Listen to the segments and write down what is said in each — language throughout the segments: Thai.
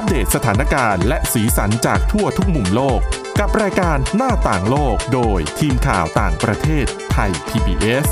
เดตสถานการณ์และสีสันจากทั่วทุกมุมโลกกับรายการหน้าต่างโลกโดยทีมข่าวต่างประเทศไทย PBS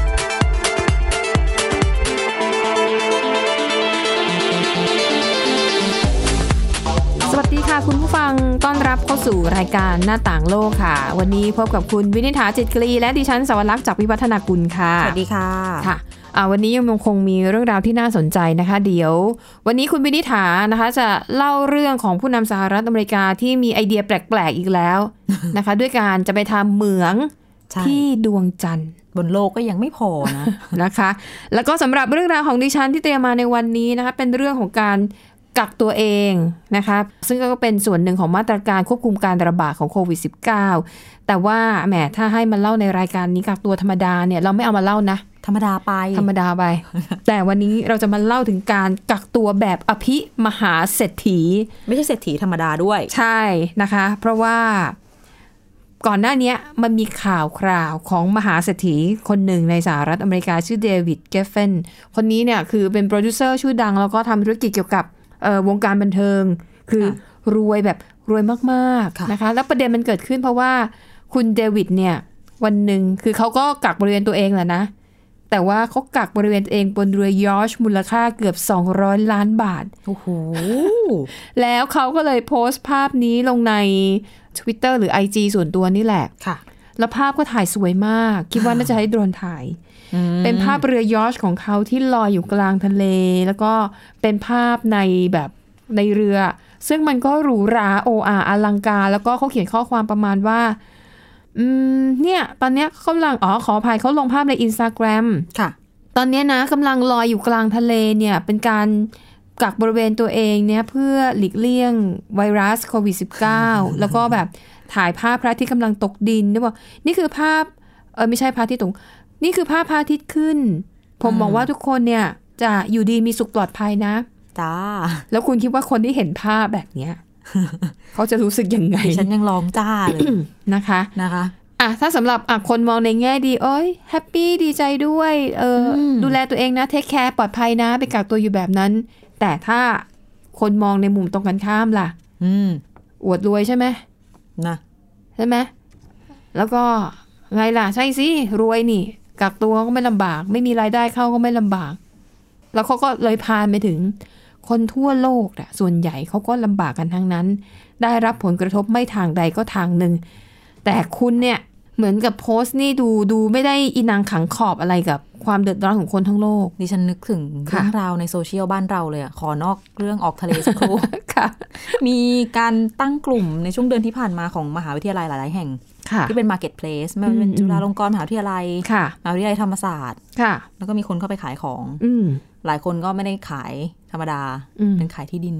สวัสดีค่ะคุณผู้ฟังต้อนรับเข้าสู่รายการหน้าต่างโลกค่ะวันนี้พบกับคุณวินิษฐาจิตกรีและดิฉันสวรักษ์จากวิวัฒนากุลค่ะสวัสดีค่ะค่ะวันนี้ยังคงมีเรื่องราวที่น่าสนใจนะคะเดี๋ยววันนี้คุณวินิษฐานะคะจะเล่าเรื่องของผู้นำสหรัฐอเมริกาที่มีไอเดียแปลกๆอีกแล้วนะคะด้วยการจะไปทำเหมืองที่ดวงจันทร์บนโลกก็ยังไม่พอนะนะคะแล้วก็สำหรับเรื่องราวของดิฉันที่เตรียมมาในวันนี้นะคะเป็นเรื่องของการกักตัวเองนะคะซึ่งก็เป็นส่วนหนึ่งของมาตรการควบคุมการระบาดของโควิด -19 แต่ว่าแหมถ้าให้มาเล่าในรายการนี้กักตัวธรรมดาเนี่ยเราไม่เอามาเล่านะธรรมดาไปแต่วันนี้เราจะมาเล่าถึงการกักตัวแบบอภิมหาเศรษฐีไม่ใช่เศรษฐีธรรมดาด้วยใช่นะคะเพราะว่าก่อนหน้านี้มันมีข่าวคราวของมหาเศรษฐีคนหนึ่งในสหรัฐอเมริกาชื่อเดวิดเกฟเฟนคนนี้เนี่ยคือเป็นโปรดิวเซอร์ชื่อดังแล้วก็ทำธุรกิจเกี่ยวกับวงการบันเทิงคือรวยแบบรวยมากๆนะคะแล้วประเด็นมันเกิดขึ้นเพราะว่าคุณเดวิดเนี่ยวันหนึ่งคือเขาก็กักบริเวณตัวเองแหละนะแต่ว่าเขากักบริเวณตัวเองบนเรือยอชต์มูลค่าเกือบ200 ล้านบาทโอ้โหแล้วเขาก็เลยโพสต์ภาพนี้ลงใน Twitter หรือ IG ส่วนตัวนี่แหละค่ะแล้วภาพก็ถ่ายสวยมากคิดว่าน่าจะให้โดรนถ่ายเป็นภาพเรือยอชต์ของเขาที่ลอยอยู่กลางทะเลแล้วก็เป็นภาพในแบบในเรือซึ่งมันก็หรูหราโออาอลังการแล้วก็เขาเขียนข้อความประมาณว่าเนี่ยตอนนี้เขากำลังขออภัยเขาลงภาพใน Instagram ค่ะตอนนี้นะกำลังลอยอยู่กลางทะเลเนี่ยเป็นการกักบริเวณตัวเองเนี่ยเพื่อหลีกเลี่ยงไวรัสโควิด -19 แล้วก็แบบถ่ายภาพพระอาทิตย์กำลังตกดินนี่บอกนี่คือภาพไม่ใช่พระอาทิตย์ตกนี่คือภาพพระอาทิตย์ขึ้นผมมองว่าทุกคนเนี่ยจะอยู่ดีมีสุขปลอดภัยนะจ้าแล้วคุณคิดว่าคนที่เห็นภาพแบบเนี้ย เขาจะรู้สึกยังไงฉันยังร้องจ้าเลยนะคะถ้าสำหรับคนมองในแง่ดีแฮปปี้ดีใจด้วยดูแลตัวเองนะเทคแคร์ปลอดภัยนะไปกักตัวอยู่แบบนั้นแต่ถ้าคนมองในมุมตรงกันข้ามล่ะอวดรวยใช่ไหมนะใช่ไหมแล้วก็ไงล่ะใช่สิรวยนี่กักตัวก็ไม่ลำบากไม่มีรายได้เข้าก็ไม่ลำบากแล้วเขาก็เลยพาไปถึงคนทั่วโลกส่วนใหญ่เขาก็ลำบากกันทั้งนั้นได้รับผลกระทบไม่ทางใดก็ทางหนึ่งแต่คุณเนี่ยเหมือนกับโพสต์นี่ดูไม่ได้อินังขังขอบอะไรกับความเดือดร้อนของคนทั้งโลกดิฉันนึกถึงเรื่องราวในโซเชียลบ้านเราเลยขอนอกเรื่องออกทะเลสักครู่ มีการตั้งกลุ่มในช่วงเดือนที่ผ่านมาของมหาวิทยาลัยหลายๆแห่งที่เป็น Marketplace ไม่ว่าจะเป็นจุฬาลงกรณ์มหาวิทยาลัยมหาวิทยาลัยธรรมศาสตร์แล้วก็มีคนเข้าไปขายของหลายคนก็ไม่ได้ขายธรรมดาเป็นขายที่ดิน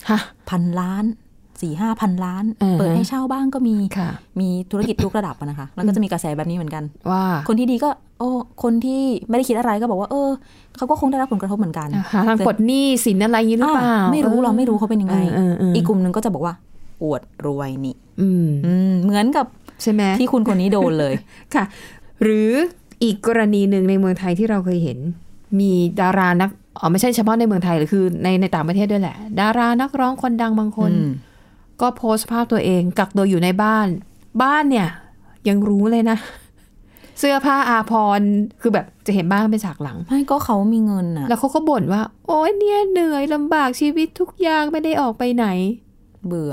1,000 ล้าน4-5,000 ล้านเปิดให้เช่าบ้างก็มีธุรกิจทุกระดับนะคะแล้วก็จะมีกระแสแบบนี้เหมือนกันว่าคนที่ดีก็คนที่ไม่ได้คิดอะไรก็บอกว่าเขาก็คงได้รับผลกระทบเหมือนกันทางกฎหนี้สินอะไรอย่างนี้หรือเปล่าไม่รู้เราไม่รู้เขาเป็นยังไงอีกกลุ่มนึงก็จะบอกว่าอวดรวยนี่เหมือนกับใช่ไหมที่คุณคนนี้โดนเลยค่ะหรืออีกกรณีหนึ่งในเมืองไทยที่เราเคยเห็นมีดารานักไม่ใช่เฉพาะในเมืองไทยหรือคือในต่างประเทศด้วยแหละดารานักร้องคนดังบางคนก็โพสต์ภาพตัวเองกักตัวอยู่ในบ้านเนี่ยยังรู้เลยนะเสื้อผ้าอาภรณ์คือแบบจะเห็นบ้านเป็นฉากหลังไม่ก็เขามีเงินน่ะแล้วเขาก็บ่นว่าโอ๊ยเนี่ยเหนื่อยลำบากชีวิตทุกอย่างไม่ได้ออกไปไหนเบื่อ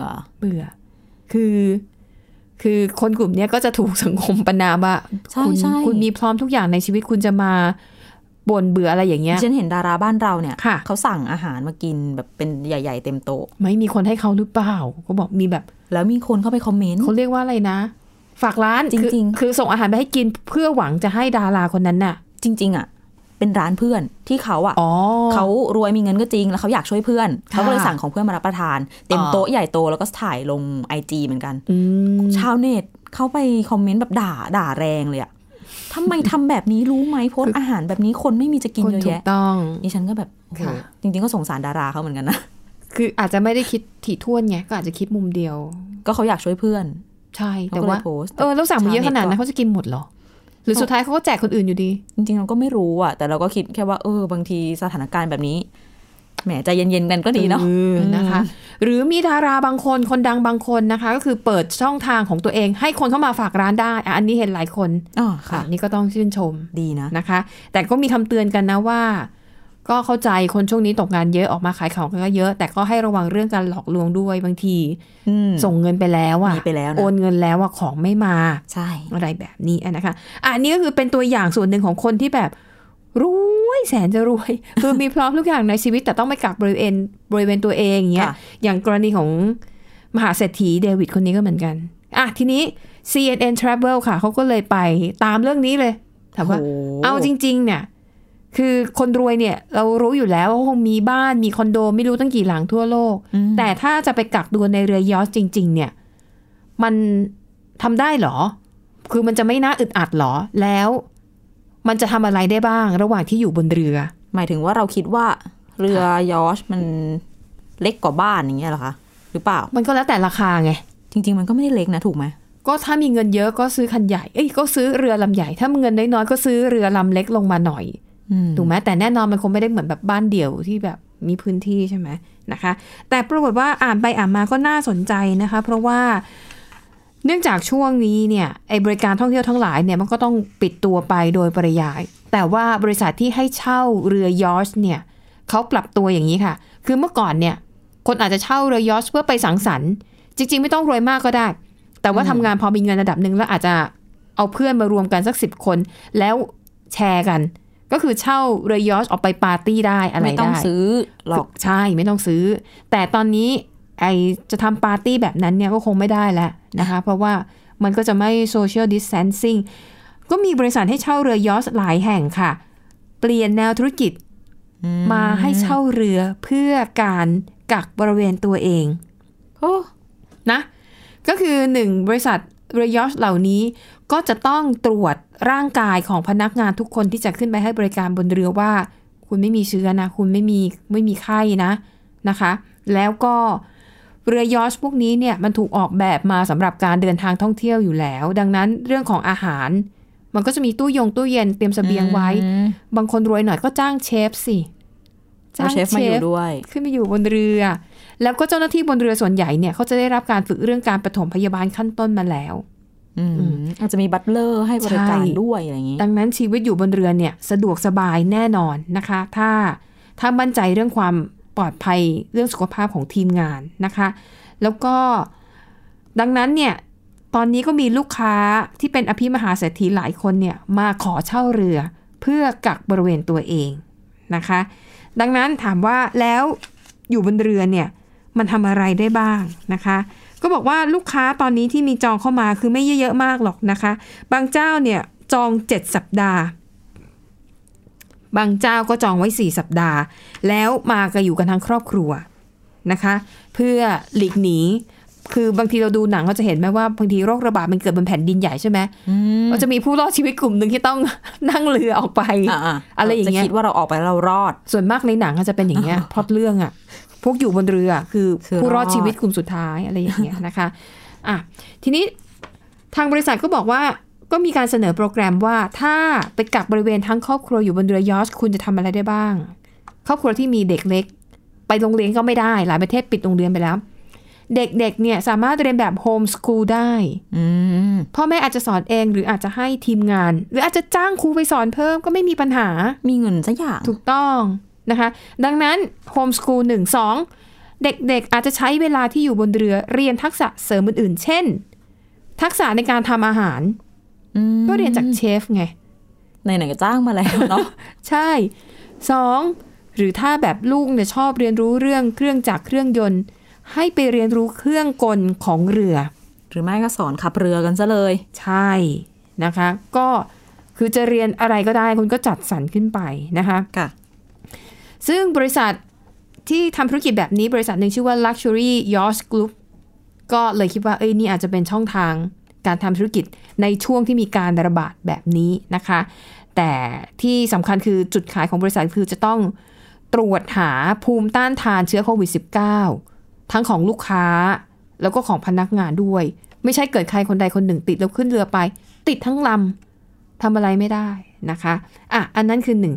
คือคนกลุ่มนี้ก็จะถูกสังคมประณามว่าคุณมีพร้อมทุกอย่างในชีวิตคุณจะมาบ่นเบื่ออะไรอย่างเงี้ยฉันเห็นดาราบ้านเราเนี่ยเขาสั่งอาหารมากินแบบเป็นใหญ่ๆเต็มโต๊ะไม่มีคนให้เขาหรือเปล่าเขาบอกมีแบบแล้วมีคนเข้าไปคอมเมนต์เขาเรียกว่าอะไรนะฝากร้านจริงๆคือส่งอาหารไปให้กินเพื่อหวังจะให้ดาราคนนั้นน่ะจริงๆเป็นร้านเพื่อนที่เขาเขารวยมีเงินก็จริงแล้วเขาอยากช่วยเพื่อนเขาก็เลยสั่งของเพื่อนมารับประทานเต็มโต๊ะใหญ่โตแล้วก็ถ่ายลง IG เหมือนกันชาวเน็ตเข้าไปคอมเมนต์แบบด่าแรงเลยอะทำไมทำแบบนี้รู้ไหมโพสอาหารแบบนี้คนไม่มีจะกินเยอะแยะนี่ฉันก็แบบจริงๆก็สงสารดาราเขาเหมือนกันนะคืออาจจะไม่ได้คิดถี่ถ้วนไงก็อาจจะคิดมุมเดียวก็เขาอยากช่วยเพื่อนใช่แต่ว่าแล้วสั่งมาเยอะขนาดนั้นเขาจะกินหมดเหรอหรือสุดท้ายเขาก็แจกคนอื่นอยู่ดีจริงๆเราก็ไม่รู้อ่ะแต่เราก็คิดแค่ว่าบางทีสถานการณ์แบบนี้แหมใจเย็นๆกันก็ดีเนาะนะคะหรือมีดาราบางคนคนดังบางคนนะคะก็คือเปิดช่องทางของตัวเองให้คนเข้ามาฝากร้านได้อันนี้เห็นหลายคนค่ะนี่ก็ต้องชื่นชมดีนะนะคะแต่ก็มีคำเตือนกันนะว่าก็เข้าใจคนช่วงนี้ตกงานเยอะออกมาขายของก็เยอะแต่ก็ให้ระวังเรื่องการหลอกลวงด้วยบางทีส่งเงินไปแล้วโอนเงินแล้วของไม่มาใช่อะไรแบบนี้นะคะอันนี้ก็คือเป็นตัวอย่างส่วนหนึ่งของคนที่แบบรวยแสนจะรวยคือมีพร้อมทุกอย่างในชีวิตแต่ต้องไปกักบริเวณตัวเองเงี้ยอย่างกรณีของมหาเศรษฐีเดวิดคนนี้ก็เหมือนกันทีนี้ CNN Travel ค่ะเขาก็เลยไปตามเรื่องนี้เลยถามว่าเอาจริงๆเนี่ยคือคนรวยเนี่ยเรารู้อยู่แล้วว่าคงมีบ้านมีคอนโดไม่รู้ตั้งกี่หลังทั่วโลกแต่ถ้าจะไปกักตัวในเรือยอชต์จริงๆเนี่ยมันทำได้หรอคือมันจะไม่น่าอึดอัดหรอแล้วมันจะทำอะไรได้บ้างระหว่างที่อยู่บนเรือหมายถึงว่าเราคิดว่าเรือยอชต์มันเล็กกว่าบ้านอย่างเงี้ยเหรอคะหรือเปล่ามันก็แล้วแต่ราคาไงจริงๆมันก็ไม่ได้เล็กนะถูกไหมก็ถ้ามีเงินเยอะก็ซื้อคันใหญ่ก็ซื้อเรือลำใหญ่ถ้าเงินน้อยๆก็ซื้อเรือลำเล็กลงมาหน่อยถูกไหมแต่แน่นอนมันคงไม่ได้เหมือนแบบบ้านเดี่ยวที่แบบมีพื้นที่ใช่ไหมนะคะแต่ปรากฏว่าอ่านไปอ่านมาก็น่าสนใจนะคะเพราะว่าเนื่องจากช่วงนี้เนี่ยไอ้บริการท่องเที่ยวทั้งหลายเนี่ยมันก็ต้องปิดตัวไปโดยปริยายแต่ว่าบริษัทที่ให้เช่าเรือยอชต์เนี่ยเขาปรับตัวอย่างนี้ค่ะคือเมื่อก่อนเนี่ยคนอาจจะเช่าเรือยอชต์เพื่อไปสังสรรค์จริงๆไม่ต้องรวยมากก็ได้แต่ว่าทำงานพอมีเงินระดับนึงแล้วอาจจะเอาเพื่อนมารวมกันสัก10 คนแล้วแชร์กันก็คือเช่าเรือยอชต์ออกไปปาร์ตี้ได้อะไรได้ไม่ต้องซื้อหรอกใช่ไม่ต้องซื้อแต่ตอนนี้จะทำปาร์ตี้แบบนั้นเนี่ยก็คงไม่ได้แล้วนะคะเพราะว่ามันก็จะไม่ social distancing ก็มีบริษัทให้เช่าเรือยอชต์หลายแห่งค่ะเปลี่ยนแนวธุรกิจมาให้เช่าเรือเพื่อการกักบริเวณตัวเองนะก็คือ1บริษัทเรือยอชต์เหล่านี้ก็จะต้องตรวจร่างกายของพนักงานทุกคนที่จะขึ้นไปให้บริการบนเรือว่าคุณไม่มีเชื้อนะคุณไม่มีไข้นะคะแล้วก็เรือยอชต์พวกนี้เนี่ยมันถูกออกแบบมาสำหรับการเดินทางท่องเที่ยวอยู่แล้วดังนั้นเรื่องของอาหารมันก็จะมีตู้เย็นเตรียมเสบียงไว้บางคนรวยหน่อยก็จ้างเชฟสิจ้างเชฟมาอยู่ด้วยขึ้นมาอยู่บนเรือแล้วก็เจ้าหน้าที่บนเรือส่วนใหญ่เนี่ยเขาจะได้รับการฝึกเรื่องการปฐมพยาบาลขั้นต้นมาแล้วอาจจะมีบัตเลอร์ให้บริการด้วยอะไรอย่างนี้ดังนั้นชีวิตอยู่บนเรือเนี่ยสะดวกสบายแน่นอนนะคะถ้ามั่นใจเรื่องความปลอดภัยเรื่องสุขภาพของทีมงานนะคะแล้วก็ดังนั้นเนี่ยตอนนี้ก็มีลูกค้าที่เป็นอภิมหาเศรษฐีหลายคนเนี่ยมาขอเช่าเรือเพื่อกักบริเวณตัวเองนะคะดังนั้นถามว่าแล้วอยู่บนเรือเนี่ยมันทำอะไรได้บ้างนะคะก็บอกว่าลูกค้าตอนนี้ที่มีจองเข้ามาคือไม่เยอะๆมากหรอกนะคะบางเจ้าเนี่ยจอง7 สัปดาห์บางเจ้าก็จองไว้4 สัปดาห์แล้วมากันอยู่กันทั้งครอบครัวนะคะเพื่อหลีกหนีคือบางทีเราดูหนังเราจะเห็นไหมว่าบางทีโรคระบาดมันเกิดบนแผ่นดินใหญ่ใช่ไหมก็จะมีผู้รอดชีวิตกลุ่มหนึ่งที่ต้องนั่งเรือออกไป อะไรอย่างเงี้ยจะคิดว่าเราออกไปเรารอดส่วนมากในหนังก็จะเป็นอย่างเงี้ยพล็อตเรื่องอ่ะพวกอยู่บนเรือคือผู้รอดชีวิตกลุ่มสุดท้ายอะไรอย่างเงี้ยนะคะทีนี้ทางบริษัทก็บอกว่าก็มีการเสนอโปรแกรมว่าถ้าไปกักบริเวณทั้งครอบครัวอยู่บนเรือยอชต์คุณจะทำอะไรได้บ้างครอบครัวที่มีเด็กเล็กไปโรงเรียนก็ไม่ได้หลายประเทศปิดโรงเรียนไปแล้วเด็กๆเนี่ยสามารถเรียนแบบโฮมสคูลได้พ่อแม่อาจจะสอนเองหรืออาจจะให้ทีมงานหรืออาจจะจ้างครูไปสอนเพิ่มก็ไม่มีปัญหามีเงินสักอย่างถูกต้องนะคะดังนั้นโฮมสคูล1-2เด็กๆอาจจะใช้เวลาที่อยู่บนเรือเรียนทักษะเสริมอื่นๆเช่นทักษะในการทำอาหารก็เรียนจากเชฟไงไหนๆก็จ้างมาแล้วเนาะใช่2หรือถ้าแบบลูกเนี่ยชอบเรียนรู้เรื่องเครื่องจักรเครื่องยนต์ให้ไปเรียนรู้เครื่องกลของเรือหรือไม่ก็สอนขับเรือกันซะเลยใช่นะคะก็คือจะเรียนอะไรก็ได้คุณก็จัดสรรขึ้นไปนะคะค่ะซึ่งบริษัทที่ทำธุรกิจแบบนี้บริษัทหนึ่งชื่อว่า Luxury Yacht Group ก็เลยคิดว่านี่อาจจะเป็นช่องทางการทำธุรกิจในช่วงที่มีการระบาดแบบนี้นะคะแต่ที่สำคัญคือจุดขายของบริษัทคือจะต้องตรวจหาภูมิต้านทานเชื้อโควิด -19 ทั้งของลูกค้าแล้วก็ของพนักงานด้วยไม่ใช่เกิดใครคนใดคนหนึ่งติดแล้วขึ้นเรือไปติดทั้งลำทำอะไรไม่ได้นะคะอันนั้นคือ1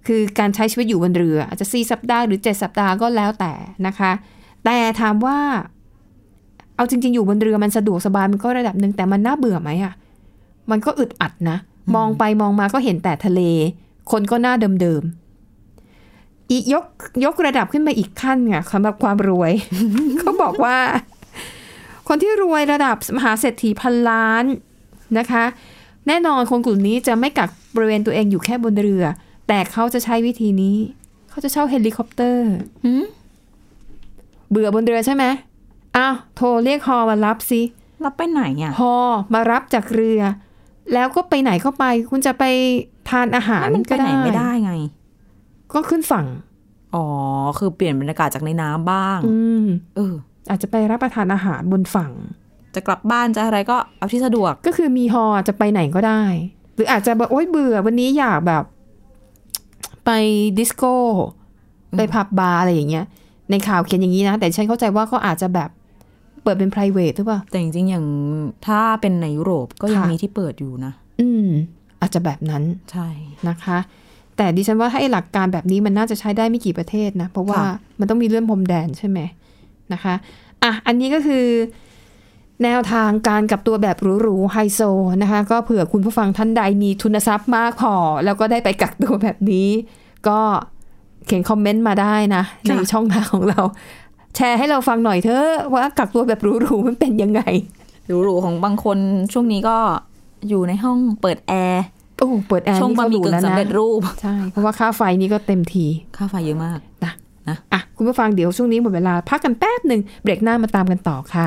คือการใช้ชีวิตอยู่บนเรืออาจจะ4 สัปดาห์หรือ7 สัปดาห์ก็แล้วแต่นะคะแต่ถามว่าเอาจริงๆอยู่บนเรือมันสะดวกสบายมันก็ระดับนึงแต่มันน่าเบื่อไหมอ่ะมันก็อึดอัดนะมองไปมองมาก็เห็นแต่ทะเลคนก็หน้าเดิมๆอีกยกระดับขึ้นไปอีกขั้นค่ะสำหรับความรวย เขาบอกว่าคนที่รวยระดับมหาเศรษฐีพันล้านนะคะแน่นอนคนกลุ่มนี้จะไม่กักบริเวณตัวเองอยู่แค่บนเรือแต่เขาจะใช้วิธีนี้เขาจะเช่าเฮลิคอปเตอร์เบื่อบนเรือใช่ไหมอ้าวโทรเรียกฮอมารับสิรับไปไหนอ่ะฮอมารับจากเรือแล้วก็ไปไหนก็ไปคุณจะไปทานอาหารก็ได้ไม่ได้ไงก็ขึ้นฝั่งอ๋อคือเปลี่ยนบรรยากาศจากในน้ำบ้างอาจจะไปรับประทานอาหารบนฝั่งจะกลับบ้านจะอะไรก็เอาที่สะดวกก็คือมีฮอจะไปไหนก็ได้หรืออาจจะแบบโอ๊ยเบื่อวันนี้อยากแบบไปดิสโก้ไปผับบาร์อะไรอย่างเงี้ยในข่าวเขียนอย่างนี้นะแต่ฉันเข้าใจว่าก็อาจจะแบบเปิดเป็น private หรือเปล่าแต่จริงๆอย่างถ้าเป็นในยุโรปก็ยังมีที่เปิดอยู่นะอาจจะแบบนั้นใช่นะคะแต่ดิฉันว่าถ้าไอ้หลักการแบบนี้มันน่าจะใช้ได้ไม่กี่ประเทศนะเพราะว่ามันต้องมีเรื่องพรมแดนใช่ไหมนะคะอันนี้ก็คือแนวทางการกลับตัวแบบหรูๆไฮโซนะคะก็เผื่อคุณผู้ฟังท่านใดมีทุนทรัพย์มากพอแล้วก็ได้ไปกักตัวแบบนี้ก็เขียนคอมเมนต์มาได้นะในช่องทางของเราแชร์ให้เราฟังหน่อยเถอะว่ากักตัวแบบหรูๆมันเป็นยังไงหรูๆของบางคนช่วงนี้ก็อยู่ในห้องเปิดแอร์เปิดแอร์ช่องบะหมี่กึ่งสำเร็จรูปใช่เพราะว่าค่าไฟนี่ก็เต็มทีค่าไฟเยอะมากนะคุณผู้ฟังเดี๋ยวช่วงนี้หมดเวลาพักกันแป๊บนึงเบรกหน้ามาตามกันต่อค่ะ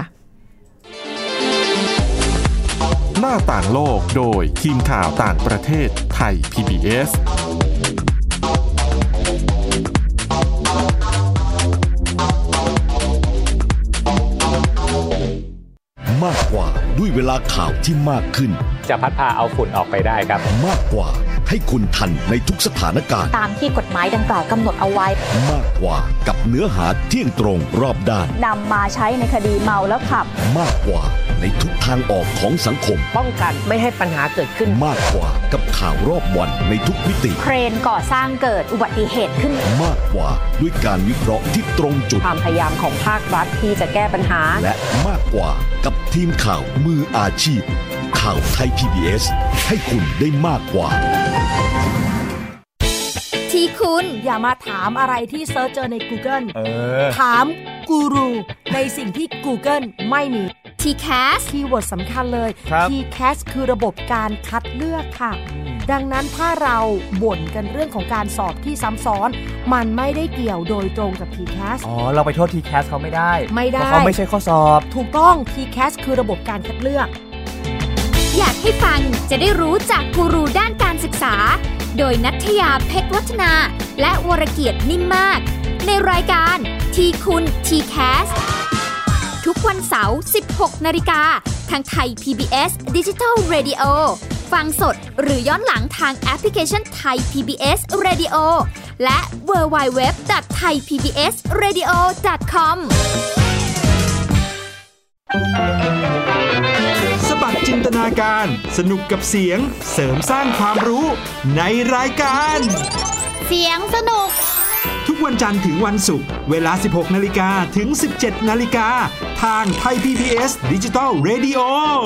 หน้าต่างโลกโดยทีมข่าวต่างประเทศไทย PBS มากกว่าด้วยเวลาข่าวที่มากขึ้นจะพัดพาเอาฝุ่นออกไปได้ครับมากกว่าให้คุณทันในทุกสถานการณ์ตามที่กฎหมายดังกล่าวกำหนดเอาไว้มากกว่ากับเนื้อหาเที่ยงตรงรอบด้านนำมาใช้ในคดีเมาแล้วขับมากกว่าในทุกทางออกของสังคมป้องกันไม่ให้ปัญหาเกิดขึ้นมากกว่ากับข่าวรอบวันในทุกมิติเครนก่อสร้างเกิดอุบัติเหตุขึ้นมากกว่าด้วยการวิเคราะห์ที่ตรงจุดความพยายามของภาครัฐที่จะแก้ปัญหาและมากกว่ากับทีมข่าวมืออาชีพข่าวไทย PBS ให้คุณได้มากกว่าที่คุณอย่ามาถามอะไรที่เซิร์ชเจอใน Google ถามกูรูในสิ่งที่ Google ไม่มี TCAS คีย์เวิร์ดสำคัญเลย TCAS คือระบบการคัดเลือกค่ะดังนั้นถ้าเราบ่นกันเรื่องของการสอบที่ซ้ำซ้อนมันไม่ได้เกี่ยวโดยตรงกับ TCAS เราไปโทษ TCAS เขาไม่ได้เพราะเขาไม่ใช่ข้อสอบถูกต้อง TCAS คือระบบการคัดเลือกอยากให้ฟังจะได้รู้จากกูรูด้านการศึกษาโดยณัฐยาเพชรวัฒนาและวรเกียรตินิ่มมากในรายการทีคุณ TCAS ทุกวันเสาร์ 16 นาฬิกาทางไทย PBS Digital Radio ฟังสดหรือย้อนหลังทางแอปพลิเคชันไทย PBS Radio และ www.thaipbsradio.com สบัดจินตนาการสนุกกับเสียงเสริมสร้างความรู้ในรายการเสียงสนุกทุกวันจันทร์ถึงวันศุกร์เวลา 16:00 นถึง 17:00 นทางไทย PBS Digital Radio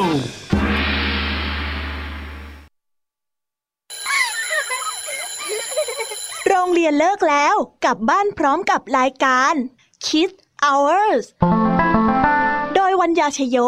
โรงเรียนเลิกแล้วกลับบ้านพร้อมกับรายการ Kids Hours โดยวัญญาชโย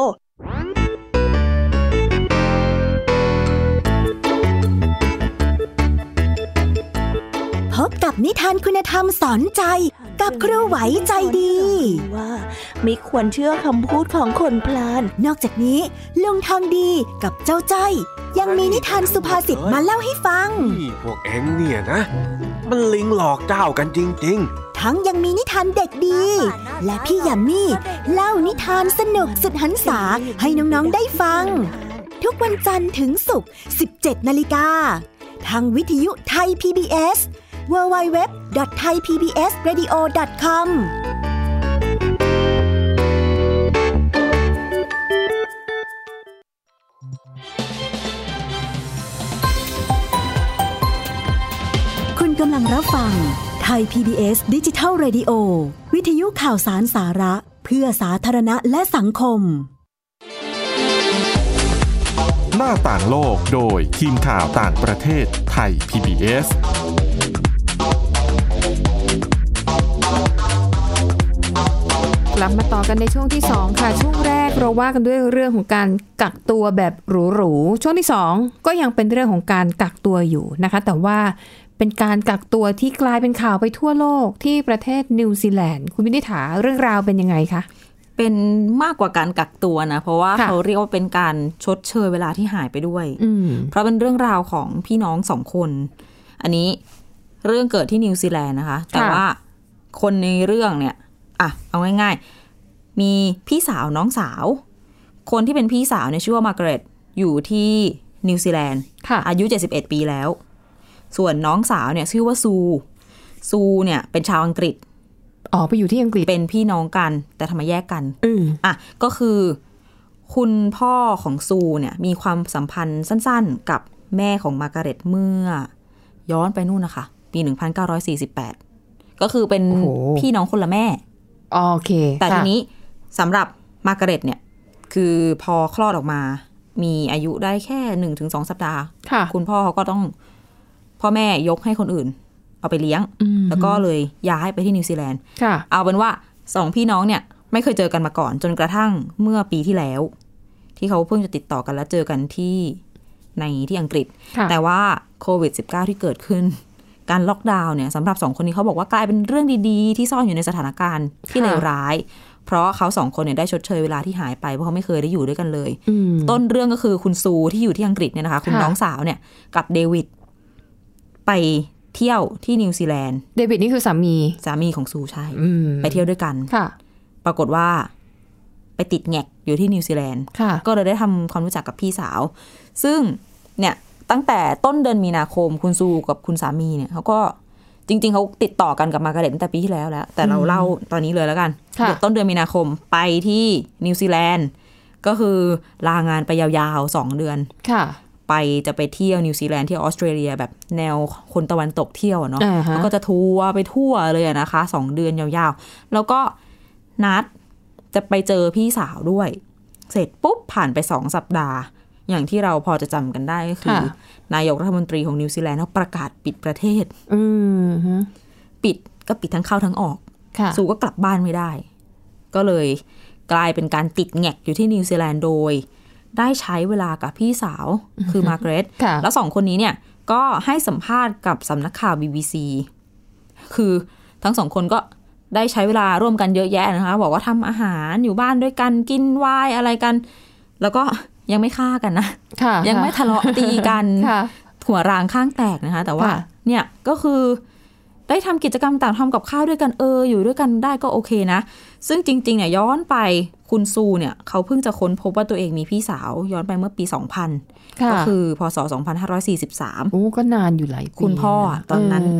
พบกับนิทานคุณธรรมสอนใจกับครูไหวใจดีว่าไม่ควรเชื่อคำพูดของคนพลานนอกจากนี้ลุงทองดีกับเจ้าจ้อยยังมีนิทานสุภาษิตมาเล่าให้ฟังนี่พวกเอ็งเนี่ยนะมันลิงหลอกเจ้ากันจริงๆทั้งยังมีนิทานเด็กดีและพี่ยามีเล่านิทานสนุกสุดหรรษาให้น้องๆได้ฟังทุกวันจันทร์ถึงศุกร์ 17:00 นทางวิทยุไทย PBS www.thaipbsradio.com คุณกำลังรับรับฟังไทย PBS Digital Radio วิทยุข่าวสารสาระเพื่อสาธารณะและสังคมหน้าต่างโลกโดยทีมข่าวต่างประเทศไทย PBS กลับมาต่อกันในช่วงที่2ค่ะช่วงแรกเราว่ากันด้วยเรื่องของการกักตัวแบบหรูๆช่วงที่2ก็ยังเป็นเรื่องของการกักตัวอยู่นะคะแต่ว่าเป็นการกักตัวที่กลายเป็นข่าวไปทั่วโลกที่ประเทศนิวซีแลนด์คุณวินิฐาเรื่องราวเป็นยังไงคะเป็นมากกว่าการกักตัวนะเพราะว่าเขาเรียกว่าเป็นการชดเชยเวลาที่หายไปด้วยเพราะเป็นเรื่องราวของพี่น้อง2คนอันนี้เรื่องเกิดที่นิวซีแลนด์นะคะแต่ว่าคนในเรื่องเนี่ยเอาง่ายๆมีพี่สาวน้องสาวคนที่เป็นพี่สาวเนี่ยชื่อว่ามาร์กาเร็ตอยู่ที่นิวซีแลนด์อายุ71ปีแล้วส่วนน้องสาวเนี่ยชื่อว่าซูเนี่ยเป็นชาวอังกฤษไปอยู่ที่อังกฤษเป็นพี่น้องกันแต่ทำไมแยกกันก็คือคุณพ่อของซูเนี่ยมีความสัมพันธ์สั้นๆกับแม่ของมาร์กาเร็ตเมื่อย้อนไปนู่นนะคะปี1948ก็คือเป็นพี่น้องคนละแม่โอเคแต่ทีนี้สำหรับมาร์กาเร็ตเนี่ยคือพอคลอดออกมามีอายุได้แค่ 1-2 สัปดาห์คุณพ่อเขาก็ต้องพ่อแม่ยกให้คนอื่นเอาไปเลี้ยงแล้วก็เลยย้ายไปที่นิวซีแลนด์เอาเป็นว่า2พี่น้องเนี่ยไม่เคยเจอกันมาก่อนจนกระทั่งเมื่อปีที่แล้วที่เขาเพิ่งจะติดต่อกันแล้วเจอกันที่อังกฤษแต่ว่าโควิด -19 ที่เกิดขึ้นการล็อกดาวน์เนี่ยสำหรับ2คนนี้เขาบอกว่ากลายเป็นเรื่องดีๆที่ซ่อนอยู่ในสถานการณ์ที่เลวร้ายเพราะเขา2คนเนี่ยได้ชดเชยเวลาที่หายไปเพราะเขาไม่เคยได้อยู่ด้วยกันเลยต้นเรื่องก็คือคุณซูที่อยู่ที่อังกฤษเนี่ยนะคะคุณน้องสาวเนี่ยกับเดวิดไปเที่ยวที่นิวซีแลนด์เดวิดนี่คือสามีของซูใช่ไปเที่ยวด้วยกันปรากฏว่าไปติดแงกอยู่ที่นิวซีแลนด์ก็เลยได้ทำความรู้จักกับพี่สาวซึ่งเนี่ยตั้งแต่ต้นเดือนมีนาคมคุณซูกับคุณสามีเนี่ยเขาก็จริงๆเขาติดต่อกันกับมาร์กาเร็ตตั้งแต่ปีที่แล้วแต่เราเล่าตอนนี้เลยแล้วกันต้นเดือนมีนาคมไปที่นิวซีแลนด์ก็คือลางานไปยาวๆ2 เดือนจะไปเที่ยวนิวซีแลนด์ที่ออสเตรเลียแบบแนวคนตะวันตกเที่ยวเนาะแล้วก็จะทัวร์ไปทั่วเลยนะคะ2 เดือนยาวๆแล้วก็นัดจะไปเจอพี่สาวด้วยเสร็จปุ๊บผ่านไป2 สัปดาห์อย่างที่เราพอจะจำกันได้ก็คือนายกรัฐมนตรีของนิวซีแลนด์เขาประกาศปิดประเทศปิดก็ปิดทั้งเข้าทั้งออกซูก็กลับบ้านไม่ได้ก็เลยกลายเป็นการติดแงกอยู่ที่นิวซีแลนด์โดยได้ใช้เวลากับพี่สาวคือมาร์กาเร็ตแล้ว2คนนี้เนี่ยก็ให้สัมภาษณ์กับสำนักข่าว BBC คือทั้ง2คนก็ได้ใช้เวลาร่วมกันเยอะแยะนะคะบอกว่าทำอาหารอยู่บ้านด้วยกันกินไวน์อะไรกันแล้วก็ยังไม่ฆ่ากันนะยังไม่ทะเลาะตีกันหัวรางข้างแตกนะคะแต่ว่าเนี่ยก็คือได้ทำกิจกรรมต่างทำกับข้าวด้วยกันอยู่ด้วยกันได้ก็โอเคนะซึ่งจริงๆเนี่ยย้อนไปคุณซูเนี่ยเขาเพิ่งจะค้นพบว่าตัวเองมีพี่สาวย้อนไปเมื่อปี 2000ก็คือพศ 2543 ก็นานอยู่หลายปีคุณพ่อตอนนั้น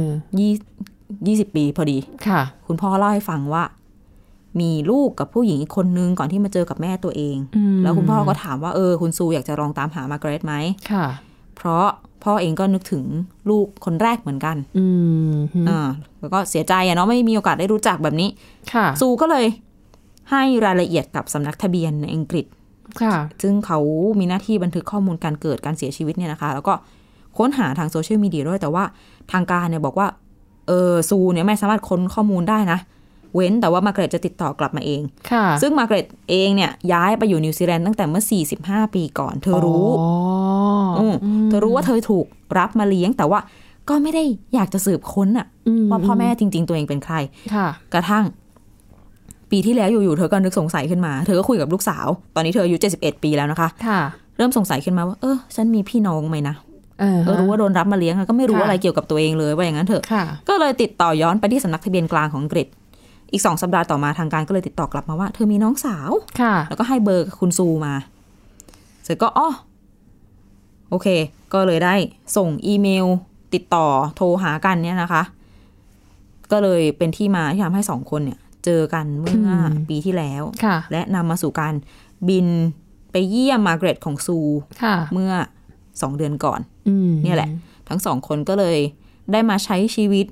20 ปีพอดีคุณพ่อเล่าให้ฟังว่ามีลูกกับผู้หญิงอีกคนนึงก่อนที่มาเจอกับแม่ตัวเองแล้วคุณพ่อก็ถามว่าคุณซูอยากจะลองตามหามาร์กาเร็ตไหมเพราะพ่อเองก็นึกถึงลูกคนแรกเหมือนกันแล้วก็เสียใจเนาะไม่มีโอกาสได้รู้จักแบบนี้ซูก็เลยให้รายละเอียดกับสำนักทะเบียนในอังกฤษซึ่งเขามีหน้าที่บันทึกข้อมูลการเกิดการเสียชีวิตเนี่ยนะคะแล้วก็ค้นหาทางโซเชียลมีเดียด้วยแต่ว่าทางการเนี่ยบอกว่าซูเนี่ยไม่สามารถค้นข้อมูลได้นะเว้นแต่ว่ามาร์กาเร็ตจะติดต่อกลับมาเองซึ่งมาร์กาเร็ตเองเนี่ยย้ายไปอยู่นิวซีแลนด์ตั้งแต่เมื่อ45 ปีก่อนเธอรู้ว่าเธอถูกรับมาเลี้ยงแต่ว่าก็ไม่ได้อยากจะสืบค้นว่าพ่อแม่จริงๆตัวเองเป็นใครกระทั่งปีที่แล้วอยู่ๆเธอก็นึกสงสัยขึ้นมาเธอก็คุยกับลูกสาวตอนนี้เธออายุ71 ปีแล้วนะคะเริ่มสงสัยขึ้นมาว่าฉันมีพี่น้องไหมนะรู้ว่าโดนรับมาเลี้ยงก็ไม่รู้อะไรเกี่ยวกับตัวเองเลยว่าอย่างนั้นเถอะก็เลยติดต่อย้อนไปที่สำนักทะเบียนกลางของอังกฤษอีก2 สัปดาห์ต่อมาทางการก็เลยติดต่อกลับมาว่าเธอมีน้องสาวแล้วก็ให้เบอร์คุณซูมาเสร็จก็โอเคก็เลยได้ส่งอีเมลติดต่อโทรหากันเนี่ยนะคะก็เลยเป็นที่มาที่ทำให้2 คนเนี่ยเจอกันเมื่อปีที่แล้วและนำมาสู่การบินไปเยี่ยมมาร์กาเร็ตของซูเมื่อ2 เดือนก่อนเนี่ยแหละทั้ง2 คนก็เลยได้มาใช้ชีวิต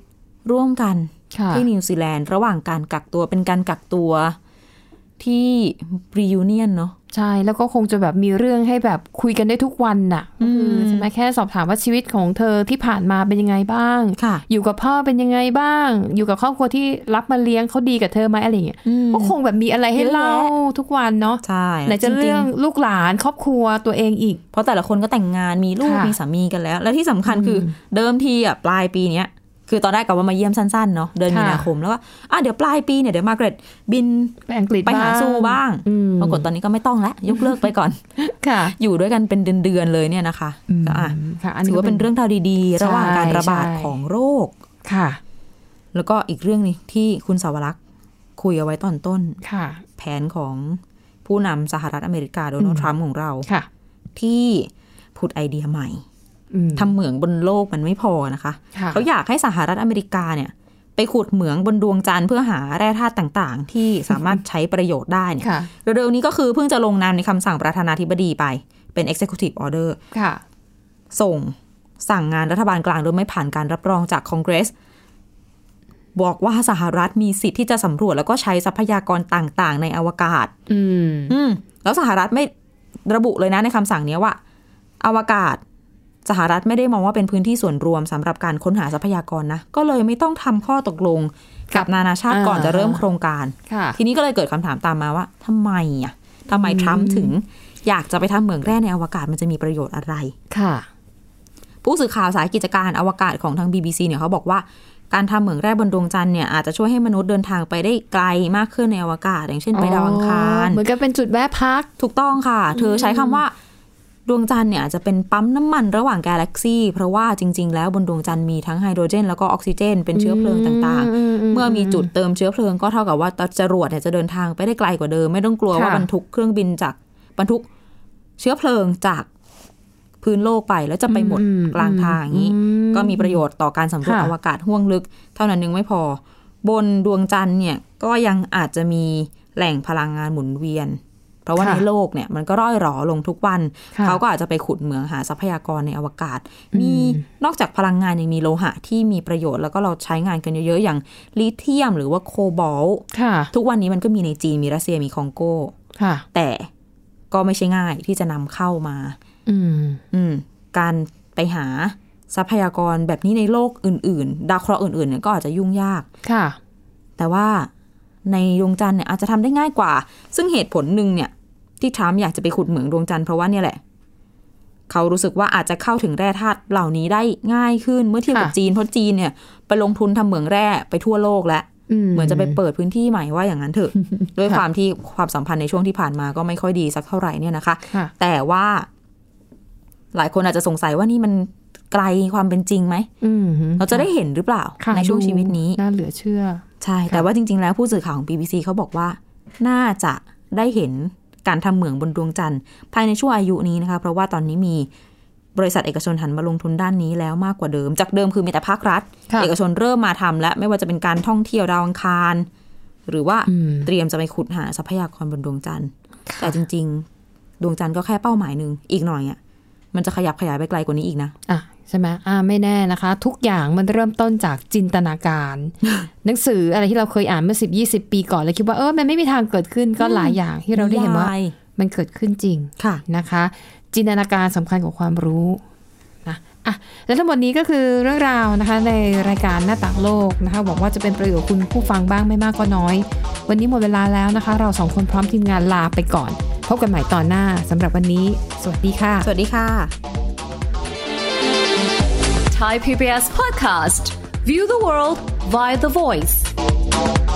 ร่วมกันที่นิวซีแลนด์ระหว่างการกักตัวเป็นการกักตัวที่รียูเนียนเนาะใช่แล้วก็คงจะแบบมีเรื่องให้แบบคุยกันได้ทุกวันน่ะคือใช่ไหมแค่สอบถามว่าชีวิตของเธอที่ผ่านมาเป็นยังไงบ้างอยู่กับพ่อเป็นยังไงบ้างอยู่กับครอบครัวที่รับมาเลี้ยงเขาดีกับเธอไหมอะไรอย่างเงี้ยก็คงแบบมีอะไรให้เล่าทุกวันเนาะใช่ไหนจะเรื่องลูกหลานครอบครัวตัวเองอีกเพราะแต่ละคนก็แต่งงานมีลูกมีสามีกันแล้วและที่สำคัญคือเดิมทีปลายปีเนี้ยคือตอนแรกก็ว่ามาเยี่ยมสั้นๆเนาะเดือนมีนาคมแล้วก็เดี๋ยวปลายปีเนี่ยเดี๋ยวมาร์เกร็ตบินไปอังกฤษไปหาซูบ้างปรากฏตอนนี้ก็ไม่ต้องแล้วยกเลิกไปก่อนอยู่ด้วยกันเป็นเดือนๆเลยเนี่ยนะคะถือว่าเป็นเรื่องราวดีๆระหว่างการระบาดของโรคค่ะแล้วก็อีกเรื่องนึงที่คุณสาวรักษ์คุยเอาไว้ตอนต้นแผนของผู้นำสหรัฐอเมริกาโดนัลด์ทรัมป์ของเราที่ผุดไอเดียใหม่ทำเหมืองบนโลกมันไม่พอนะคะเขาอยากให้สหรัฐอเมริกาเนี่ยไปขุดเหมืองบนดวงจันทร์เพื่อหาแร่ธาตุต่างๆที่สามารถใช้ประโยชน์ได้เนี่ยเร็วๆนี้ก็คือเพิ่งจะลงนามในคำสั่งประธานาธิบดีไปเป็น executive order ส่งสั่งงานรัฐบาลกลางโดยไม่ผ่านการรับรองจากคองเกรสบอกว่าสหรัฐมีสิทธิ์ที่จะสำรวจแล้วก็ใช้ทรัพยากรต่างๆในอวกาศแล้วสหรัฐไม่ระบุเลยนะในคำสั่งนี้ว่าอวกาศสหรัฐไม่ได้มองว่าเป็นพื้นที่ส่วนรวมสำหรับการค้นหาทรัพยากรนะก็เลยไม่ต้องทำข้อตกลงกับนานาชาติก่อนจะเริ่มโครงการทีนี้ก็เลยเกิดคำถามตามมาว่าทำไมทรัมป์ถึงอยากจะไปทำเหมืองแร่ในอวกาศมันจะมีประโยชน์อะไรค่ะผู้สื่อข่าวสายกิจการอวกาศของทาง BBC เนี่ยเขาบอกว่าการทำเหมืองแร่บนดวงจันทร์เนี่ยอาจจะช่วยให้มนุษย์เดินทางไปได้ไกลมากขึ้นในอวกาศอย่างเช่นไปดาวอังคารเหมือนกับเป็นจุดแวะพักถูกต้องค่ะเธอใช้คำว่าดวงจันทร์เนี่ยจะเป็นปั๊มน้ำมันระหว่างกาแล็กซี่เพราะว่าจริงๆแล้วบนดวงจันทร์มีทั้งไฮโดรเจนแล้วก็ออกซิเจนเป็นเชื้อเพลิงต่างๆเมื่อมีจุดเติมเชื้อเพลิงก็เท่ากับว่าจรวดเนี่ยจะเดินทางไปได้ไกลกว่าเดิมไม่ต้องกลัวว่าบรรทุกเครื่องบินจากบรรทุกเชื้อเพลิงจากพื้นโลกไปแล้วจะไปหมดกลางทางอย่างนี้ก็มีประโยชน์ต่อการสำรวจอวกาศห้วงลึกเท่านั้นยังไม่พอบนดวงจันทร์เนี่ยก็ยังอาจจะมีแหล่งพลังงานหมุนเวียนเพราะว่าในโลกเนี่ยมันก็ร่อยหรอลงทุกวันเขาก็อาจจะไปขุดเหมืองหาทรัพยากรในอวกาศมีนอกจากพลังงานยังมีโลหะที่มีประโยชน์แล้วก็เราใช้งานกันเยอะๆอย่างลิเธียมหรือว่าโคบอลต์ทุกวันนี้มันก็มีในจีนมีรัสเซียมีคองโกแต่ก็ไม่ใช่ง่ายที่จะนำเข้ามาการไปหาทรัพยากรแบบนี้ในโลกอื่นๆดาวเคราะห์อื่นๆเนี่ยก็อาจจะยุ่งยากแต่ว่าในดวงจันทร์เนี่ยอาจจะทำได้ง่ายกว่าซึ่งเหตุผลหนึ่งเนี่ยที่ทรัมป์อยากจะไปขุดเหมืองดวงจันทร์เพราะว่าเนี่ยแหละเขารู้สึกว่าอาจจะเข้าถึงแร่ธาตุเหล่านี้ได้ง่ายขึ้นเมื่อเทียบกับจีนเพราะจีนเนี่ยไปลงทุนทำเหมืองแร่ไปทั่วโลกแล้วเหมือนจะไปเปิดพื้นที่ใหม่ว่าอย่างนั้นเถอะด้วยความที่ความสัมพันธ์ในช่วงที่ผ่านมาก็ไม่ค่อยดีสักเท่าไหร่เนี่ยนะคะแต่ว่าหลายคนอาจจะสงสัยว่านี่มันไกลความเป็นจริงไหมเราจะได้เห็นหรือเปล่าในช่วงชีวิตนี้น่าเหลือเชื่อใช่แต่ว่าจริงๆแล้วผู้สื่อข่าวของ BBC เขาบอกว่าน่าจะได้เห็นการทำเหมืองบนดวงจันทร์ภายในช่วงอายุนี้นะคะเพราะว่าตอนนี้มีบริษัทเอกชนหันมาลงทุนด้านนี้แล้วมากกว่าเดิมจากเดิมคือมีแต่ภาครัฐเอกชนเริ่มมาทำและไม่ว่าจะเป็นการท่องเที่ยวดาวอังคารหรือว่าเตรียมจะไปขุดหาทรัพยากรบนดวงจันทร์แต่จริงๆดวงจันทร์ก็แค่เป้าหมายนึงอีกหน่อยอ่ะมันจะขยับขยายไปไกลกว่านี้อีกนะใช่ไหมไม่แน่นะคะทุกอย่างมันเริ่มต้นจากจินตนาการ หนังสืออะไรที่เราเคยอ่านเมื่อ10-20 ปีก่อนเลยคิดว่ามันไม่มีทางเกิดขึ้นก็หลายอย่างที่เราได้เห็นว่ามันเกิดขึ้นจริงนะคะจินตนาการสำคัญกว่าความรู้นะและทั้งหมดนี้ก็คือเรื่องราวนะคะในรายการหน้าต่างโลกนะคะหวังว่าจะเป็นประโยชน์คุณผู้ฟังบ้างไม่มากก็น้อยวันนี้หมดเวลาแล้วนะคะเรา2คนพร้อมทีมงานลาไปก่อนพบกันใหม่ตอนหน้าสำหรับวันนี้สวัสดีค่ะสวัสดีค่ะ Thai PBS podcast. View the world via The Voice.